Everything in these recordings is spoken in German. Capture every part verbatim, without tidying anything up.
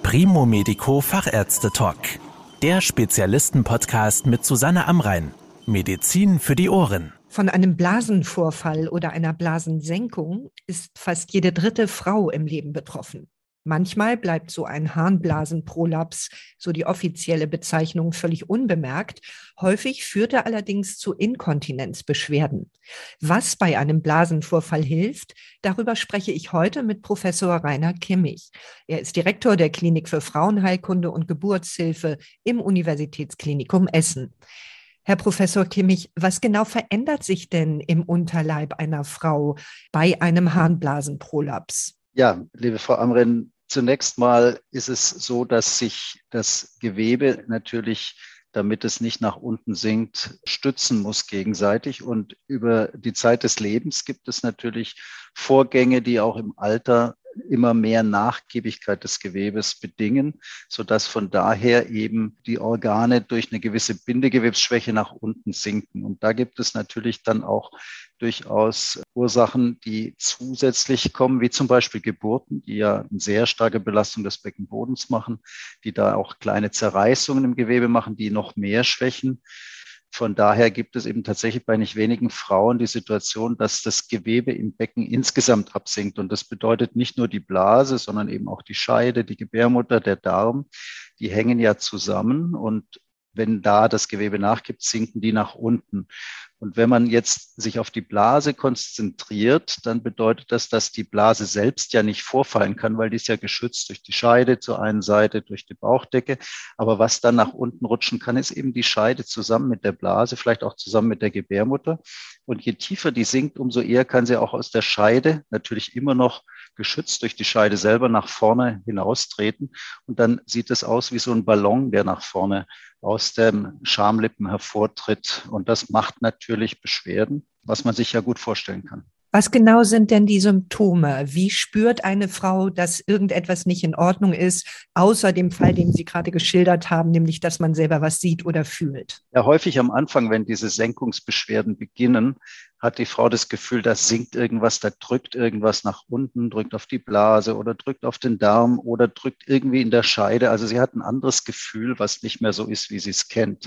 Primo Medico Fachärzte-Talk. Der Spezialisten-Podcast mit Susanne Amrein. Medizin für die Ohren. Von einem Blasenvorfall oder einer Blasensenkung ist fast jede dritte Frau im Leben betroffen. Manchmal bleibt so ein Harnblasenprolaps, so die offizielle Bezeichnung, völlig unbemerkt. Häufig führt er allerdings zu Inkontinenzbeschwerden. Was bei einem Blasenvorfall hilft, darüber spreche ich heute mit Professor Rainer Kimmich. Er ist Direktor der Klinik für Frauenheilkunde und Geburtshilfe im Universitätsklinikum Essen. Herr Professor Kimmich, was genau verändert sich denn im Unterleib einer Frau bei einem Harnblasenprolaps? Ja, liebe Frau Amrein, zunächst mal ist es so, dass sich das Gewebe natürlich, damit es nicht nach unten sinkt, stützen muss gegenseitig. Und über die Zeit des Lebens gibt es natürlich Vorgänge, die auch im Alter immer mehr Nachgiebigkeit des Gewebes bedingen, sodass von daher eben die Organe durch eine gewisse Bindegewebsschwäche nach unten sinken. Und da gibt es natürlich dann auch durchaus Ursachen, die zusätzlich kommen, wie zum Beispiel Geburten, die ja eine sehr starke Belastung des Beckenbodens machen, die da auch kleine Zerreißungen im Gewebe machen, die noch mehr schwächen. Von daher gibt es eben tatsächlich bei nicht wenigen Frauen die Situation, dass das Gewebe im Becken insgesamt absinkt. Und das bedeutet nicht nur die Blase, sondern eben auch die Scheide, die Gebärmutter, der Darm. Die hängen ja zusammen und wenn da das Gewebe nachgibt, sinken die nach unten. Und wenn man jetzt sich auf die Blase konzentriert, dann bedeutet das, dass die Blase selbst ja nicht vorfallen kann, weil die ist ja geschützt durch die Scheide zur einen Seite, durch die Bauchdecke. Aber was dann nach unten rutschen kann, ist eben die Scheide zusammen mit der Blase, vielleicht auch zusammen mit der Gebärmutter. Und je tiefer die sinkt, umso eher kann sie auch aus der Scheide, natürlich immer noch geschützt durch die Scheide selber, nach vorne hinaustreten. Und dann sieht es aus wie so ein Ballon, der nach vorne aus dem Schamlippen hervortritt. Und das macht natürlich Beschwerden, was man sich ja gut vorstellen kann. Was genau sind denn die Symptome? Wie spürt eine Frau, dass irgendetwas nicht in Ordnung ist, außer dem Fall, den Sie gerade geschildert haben, nämlich, dass man selber was sieht oder fühlt? Ja, häufig am Anfang, wenn diese Senkungsbeschwerden beginnen, hat die Frau das Gefühl, da sinkt irgendwas, da drückt irgendwas nach unten, drückt auf die Blase oder drückt auf den Darm oder drückt irgendwie in der Scheide. Also sie hat ein anderes Gefühl, was nicht mehr so ist, wie sie es kennt.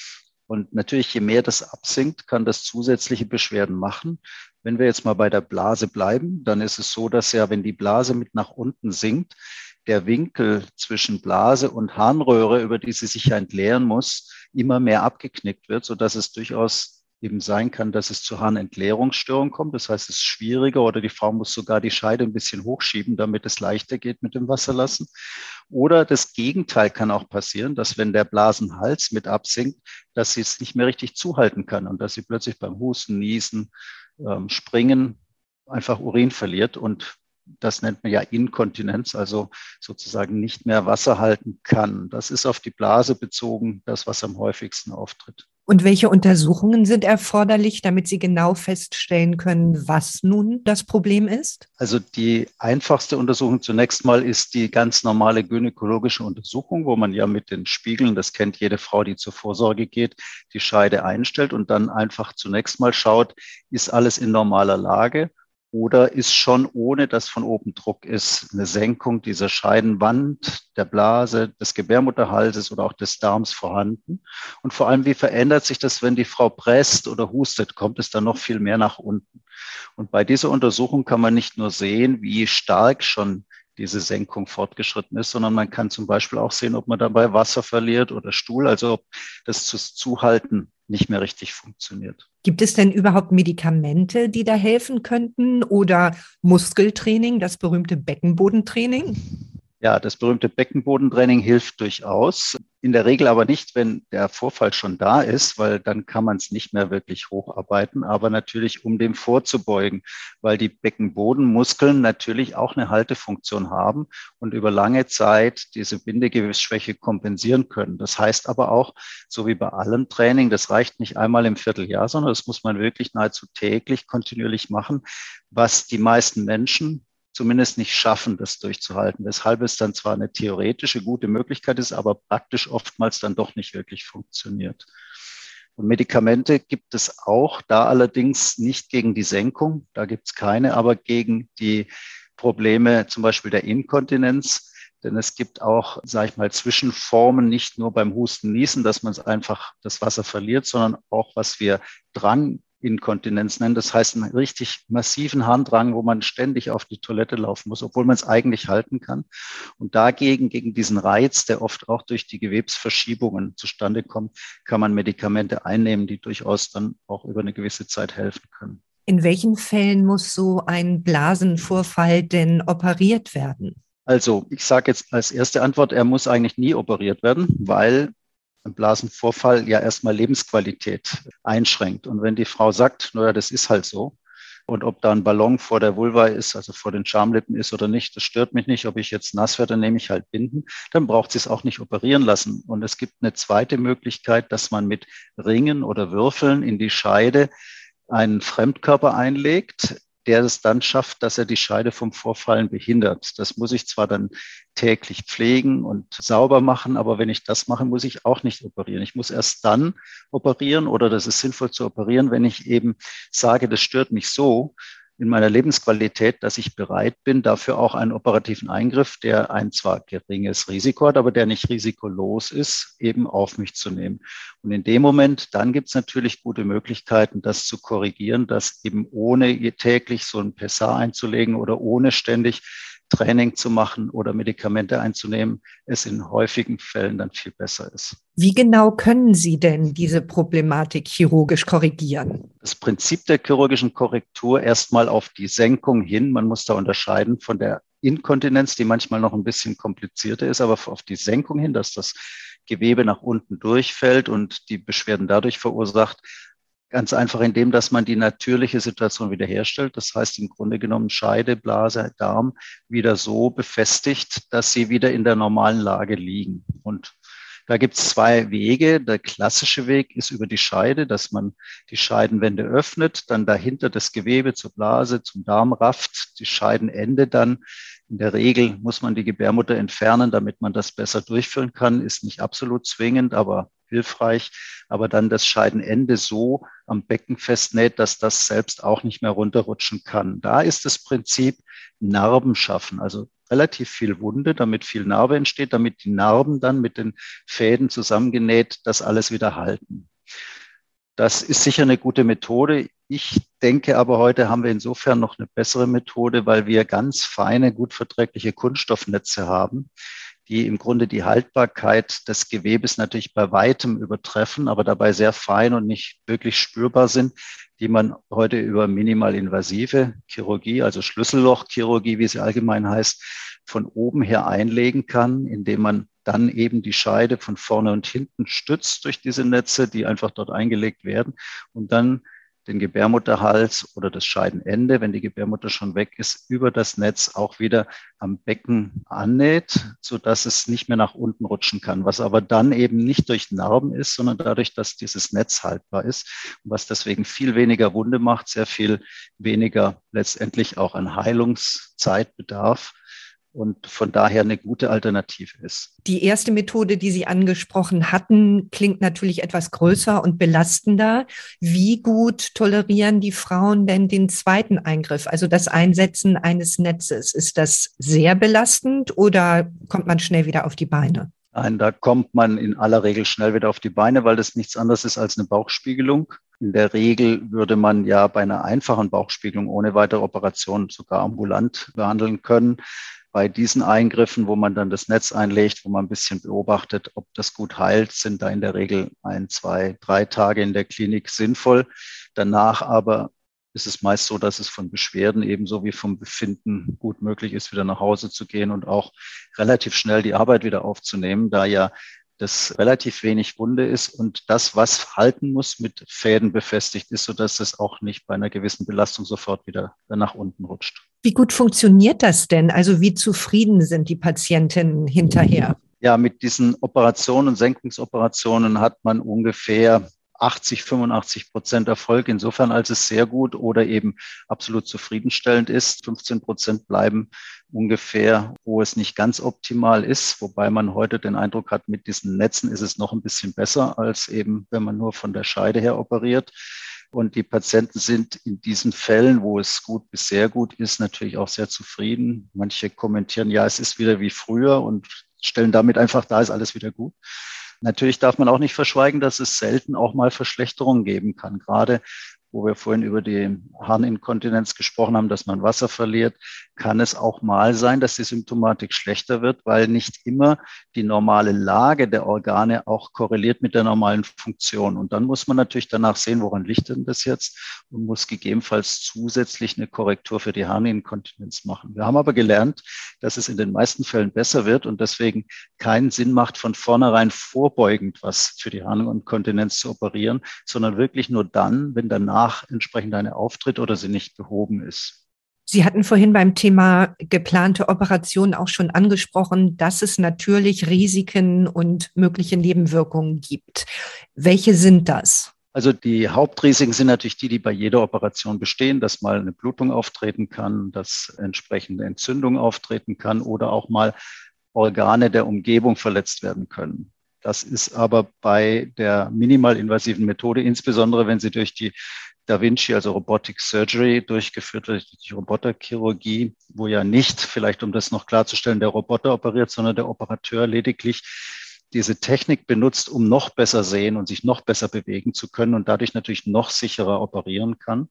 Und natürlich, je mehr das absinkt, kann das zusätzliche Beschwerden machen. Wenn wir jetzt mal bei der Blase bleiben, dann ist es so, dass ja, wenn die Blase mit nach unten sinkt, der Winkel zwischen Blase und Harnröhre, über die sie sich ja entleeren muss, immer mehr abgeknickt wird, sodass es durchaus eben sein kann, dass es zu Harnentleerungsstörungen kommt. Das heißt, es ist schwieriger oder die Frau muss sogar die Scheide ein bisschen hochschieben, damit es leichter geht mit dem Wasserlassen. Oder das Gegenteil kann auch passieren, dass wenn der Blasenhals mit absinkt, dass sie es nicht mehr richtig zuhalten kann und dass sie plötzlich beim Husten, Niesen, ähm, Springen einfach Urin verliert und das nennt man ja Inkontinenz, also sozusagen nicht mehr Wasser halten kann. Das ist auf die Blase bezogen, das, was am häufigsten auftritt. Und welche Untersuchungen sind erforderlich, damit Sie genau feststellen können, was nun das Problem ist? Also die einfachste Untersuchung zunächst mal ist die ganz normale gynäkologische Untersuchung, wo man ja mit den Spiegeln, das kennt jede Frau, die zur Vorsorge geht, die Scheide einstellt und dann einfach zunächst mal schaut, ist alles in normaler Lage? Oder ist schon, ohne dass von oben Druck ist, eine Senkung dieser Scheidenwand, der Blase, des Gebärmutterhalses oder auch des Darms vorhanden? Und vor allem, wie verändert sich das, wenn die Frau presst oder hustet? Kommt es dann noch viel mehr nach unten? Und bei dieser Untersuchung kann man nicht nur sehen, wie stark schon diese Senkung fortgeschritten ist, sondern man kann zum Beispiel auch sehen, ob man dabei Wasser verliert oder Stuhl, also ob das Zuhalten nicht mehr richtig funktioniert. Gibt es denn überhaupt Medikamente, die da helfen könnten oder Muskeltraining, das berühmte Beckenbodentraining? Ja, das berühmte Beckenbodentraining hilft durchaus. In der Regel aber nicht, wenn der Vorfall schon da ist, weil dann kann man es nicht mehr wirklich hocharbeiten. Aber natürlich, um dem vorzubeugen, weil die Beckenbodenmuskeln natürlich auch eine Haltefunktion haben und über lange Zeit diese Bindegewebsschwäche kompensieren können. Das heißt aber auch, so wie bei allem Training, das reicht nicht einmal im Vierteljahr, sondern das muss man wirklich nahezu täglich kontinuierlich machen, was die meisten Menschen zumindest nicht schaffen, das durchzuhalten. Weshalb es dann zwar eine theoretische gute Möglichkeit ist, aber praktisch oftmals dann doch nicht wirklich funktioniert. Und Medikamente gibt es auch, da allerdings nicht gegen die Senkung, da gibt es keine, aber gegen die Probleme zum Beispiel der Inkontinenz. Denn es gibt auch, sage ich mal, Zwischenformen, nicht nur beim Husten, Niesen, dass man es einfach das Wasser verliert, sondern auch, was wir Dranginkontinenz nennen. Das heißt, einen richtig massiven Harndrang, wo man ständig auf die Toilette laufen muss, obwohl man es eigentlich halten kann. Und dagegen, gegen diesen Reiz, der oft auch durch die Gewebsverschiebungen zustande kommt, kann man Medikamente einnehmen, die durchaus dann auch über eine gewisse Zeit helfen können. In welchen Fällen muss so ein Blasenvorfall denn operiert werden? Also ich sage jetzt als erste Antwort, er muss eigentlich nie operiert werden, weil ein Blasenvorfall ja erstmal Lebensqualität einschränkt. Und wenn die Frau sagt, naja, das ist halt so, und ob da ein Ballon vor der Vulva ist, also vor den Schamlippen ist oder nicht, das stört mich nicht. Ob ich jetzt nass werde, dann nehme ich halt Binden. Dann braucht sie es auch nicht operieren lassen. Und es gibt eine zweite Möglichkeit, dass man mit Ringen oder Würfeln in die Scheide einen Fremdkörper einlegt, der es dann schafft, dass er die Scheide vom Vorfallen behindert. Das muss ich zwar dann täglich pflegen und sauber machen, aber wenn ich das mache, muss ich auch nicht operieren. Ich muss erst dann operieren oder das ist sinnvoll zu operieren, wenn ich eben sage, das stört mich so in meiner Lebensqualität, dass ich bereit bin, dafür auch einen operativen Eingriff, der ein zwar geringes Risiko hat, aber der nicht risikolos ist, eben auf mich zu nehmen. Und in dem Moment, dann gibt es natürlich gute Möglichkeiten, das zu korrigieren, dass eben ohne täglich so ein Pessar einzulegen oder ohne ständig Training zu machen oder Medikamente einzunehmen, es in häufigen Fällen dann viel besser ist. Wie genau können Sie denn diese Problematik chirurgisch korrigieren? Das Prinzip der chirurgischen Korrektur erstmal auf die Senkung hin. Man muss da unterscheiden von der Inkontinenz, die manchmal noch ein bisschen komplizierter ist, aber auf die Senkung hin, dass das Gewebe nach unten durchfällt und die Beschwerden dadurch verursacht. Ganz einfach indem, dass man die natürliche Situation wiederherstellt. Das heißt im Grunde genommen Scheide, Blase, Darm wieder so befestigt, dass sie wieder in der normalen Lage liegen. Und da gibt es zwei Wege. Der klassische Weg ist über die Scheide, dass man die Scheidenwände öffnet, dann dahinter das Gewebe zur Blase, zum Darm rafft, die Scheidenende dann. In der Regel muss man die Gebärmutter entfernen, damit man das besser durchführen kann. Ist nicht absolut zwingend, aber hilfreich. Aber dann das Scheidenende so am Becken festnäht, dass das selbst auch nicht mehr runterrutschen kann. Da ist das Prinzip Narben schaffen, also relativ viel Wunde, damit viel Narbe entsteht, damit die Narben dann mit den Fäden zusammengenäht das alles wieder halten. Das ist sicher eine gute Methode. Ich denke aber, heute haben wir insofern noch eine bessere Methode, weil wir ganz feine, gut verträgliche Kunststoffnetze haben, die im Grunde die Haltbarkeit des Gewebes natürlich bei weitem übertreffen, aber dabei sehr fein und nicht wirklich spürbar sind, die man heute über minimalinvasive Chirurgie, also Schlüssellochchirurgie, wie sie allgemein heißt, von oben her einlegen kann, indem man dann eben die Scheide von vorne und hinten stützt durch diese Netze, die einfach dort eingelegt werden und dann den Gebärmutterhals oder das Scheidenende, wenn die Gebärmutter schon weg ist, über das Netz auch wieder am Becken annäht, sodass es nicht mehr nach unten rutschen kann, was aber dann eben nicht durch Narben ist, sondern dadurch, dass dieses Netz haltbar ist und was deswegen viel weniger Wunde macht, sehr viel weniger letztendlich auch an Heilungszeit bedarf und von daher eine gute Alternative ist. Die erste Methode, die Sie angesprochen hatten, klingt natürlich etwas größer und belastender. Wie gut tolerieren die Frauen denn den zweiten Eingriff, also das Einsetzen eines Netzes? Ist das sehr belastend oder kommt man schnell wieder auf die Beine? Nein, da kommt man in aller Regel schnell wieder auf die Beine, weil das nichts anderes ist als eine Bauchspiegelung. In der Regel würde man ja bei einer einfachen Bauchspiegelung ohne weitere Operation sogar ambulant behandeln können. Bei diesen Eingriffen, wo man dann das Netz einlegt, wo man ein bisschen beobachtet, ob das gut heilt, sind da in der Regel ein, zwei, drei Tage in der Klinik sinnvoll. Danach aber ist es meist so, dass es von Beschwerden ebenso wie vom Befinden gut möglich ist, wieder nach Hause zu gehen und auch relativ schnell die Arbeit wieder aufzunehmen, da ja das relativ wenig Wunde ist und das, was halten muss, mit Fäden befestigt ist, sodass es auch nicht bei einer gewissen Belastung sofort wieder nach unten rutscht. Wie gut funktioniert das denn? Also wie zufrieden sind die Patientinnen hinterher? Ja, mit diesen Operationen, Senkungsoperationen hat man ungefähr achtzig, fünfundachtzig Prozent Erfolg, insofern als es sehr gut oder eben absolut zufriedenstellend ist. fünfzehn Prozent bleiben ungefähr, wo es nicht ganz optimal ist, wobei man heute den Eindruck hat, mit diesen Netzen ist es noch ein bisschen besser, als eben, wenn man nur von der Scheide her operiert. Und die Patienten sind in diesen Fällen, wo es gut bis sehr gut ist, natürlich auch sehr zufrieden. Manche kommentieren, ja, es ist wieder wie früher und stellen damit einfach dar, ist alles wieder gut. Natürlich darf man auch nicht verschweigen, dass es selten auch mal Verschlechterungen geben kann. Gerade wo wir vorhin über die Harninkontinenz gesprochen haben, dass man Wasser verliert, kann es auch mal sein, dass die Symptomatik schlechter wird, weil nicht immer die normale Lage der Organe auch korreliert mit der normalen Funktion. Und dann muss man natürlich danach sehen, woran liegt denn das jetzt, und muss gegebenenfalls zusätzlich eine Korrektur für die Harninkontinenz machen. Wir haben aber gelernt, dass es in den meisten Fällen besser wird und deswegen keinen Sinn macht, von vornherein vorbeugend was für die Harninkontinenz zu operieren, sondern wirklich nur dann, wenn danach entsprechend eine auftritt oder sie nicht behoben ist. Sie hatten vorhin beim Thema geplante Operationen auch schon angesprochen, dass es natürlich Risiken und mögliche Nebenwirkungen gibt. Welche sind das? Also die Hauptrisiken sind natürlich die, die bei jeder Operation bestehen, dass mal eine Blutung auftreten kann, dass entsprechende Entzündung auftreten kann oder auch mal Organe der Umgebung verletzt werden können. Das ist aber bei der minimalinvasiven Methode, insbesondere wenn sie durch die Da Vinci, also Robotic Surgery, durchgeführt wird, die Roboterchirurgie, wo ja nicht, vielleicht um das noch klarzustellen, der Roboter operiert, sondern der Operateur lediglich diese Technik benutzt, um noch besser sehen und sich noch besser bewegen zu können und dadurch natürlich noch sicherer operieren kann.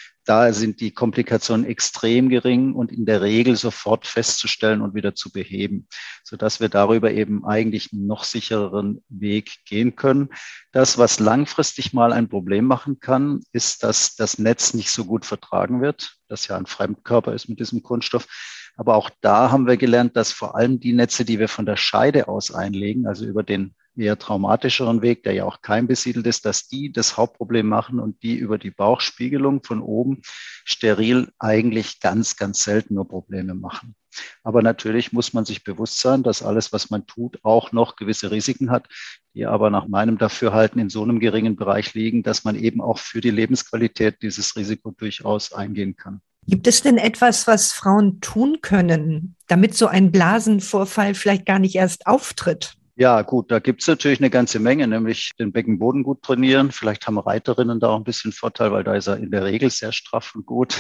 Da sind die Komplikationen extrem gering und in der Regel sofort festzustellen und wieder zu beheben, sodass wir darüber eben eigentlich einen noch sichereren Weg gehen können. Das, was langfristig mal ein Problem machen kann, ist, dass das Netz nicht so gut vertragen wird, das ja ein Fremdkörper ist mit diesem Kunststoff. Aber auch da haben wir gelernt, dass vor allem die Netze, die wir von der Scheide aus einlegen, also über den eher traumatischeren Weg, der ja auch keimbesiedelt ist, dass die das Hauptproblem machen und die über die Bauchspiegelung von oben steril eigentlich ganz, ganz selten nur Probleme machen. Aber natürlich muss man sich bewusst sein, dass alles, was man tut, auch noch gewisse Risiken hat, die aber nach meinem Dafürhalten in so einem geringen Bereich liegen, dass man eben auch für die Lebensqualität dieses Risiko durchaus eingehen kann. Gibt es denn etwas, was Frauen tun können, damit so ein Blasenvorfall vielleicht gar nicht erst auftritt? Ja, gut, da gibt's natürlich eine ganze Menge, nämlich den Beckenboden gut trainieren. Vielleicht haben Reiterinnen da auch ein bisschen Vorteil, weil da ist er in der Regel sehr straff und gut.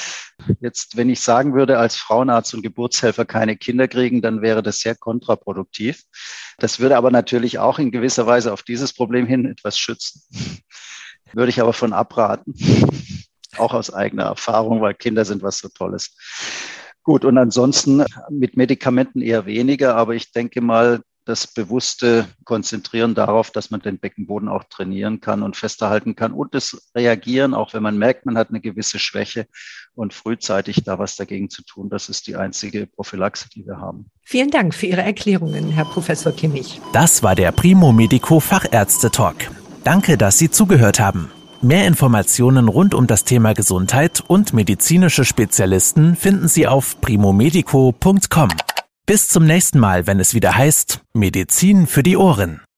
Jetzt, wenn ich sagen würde, als Frauenarzt und Geburtshelfer keine Kinder kriegen, dann wäre das sehr kontraproduktiv. Das würde aber natürlich auch in gewisser Weise auf dieses Problem hin etwas schützen. Würde ich aber von abraten, auch aus eigener Erfahrung, weil Kinder sind was so Tolles. Gut, und ansonsten mit Medikamenten eher weniger, aber ich denke mal, das bewusste Konzentrieren darauf, dass man den Beckenboden auch trainieren kann und fester halten kann und das Reagieren, auch wenn man merkt, man hat eine gewisse Schwäche und frühzeitig da was dagegen zu tun, das ist die einzige Prophylaxe, die wir haben. Vielen Dank für Ihre Erklärungen, Herr Professor Kimmich. Das war der Primo Medico Fachärzte-Talk. Danke, dass Sie zugehört haben. Mehr Informationen rund um das Thema Gesundheit und medizinische Spezialisten finden Sie auf primomedico punkt com. Bis zum nächsten Mal, wenn es wieder heißt Medizin für die Ohren.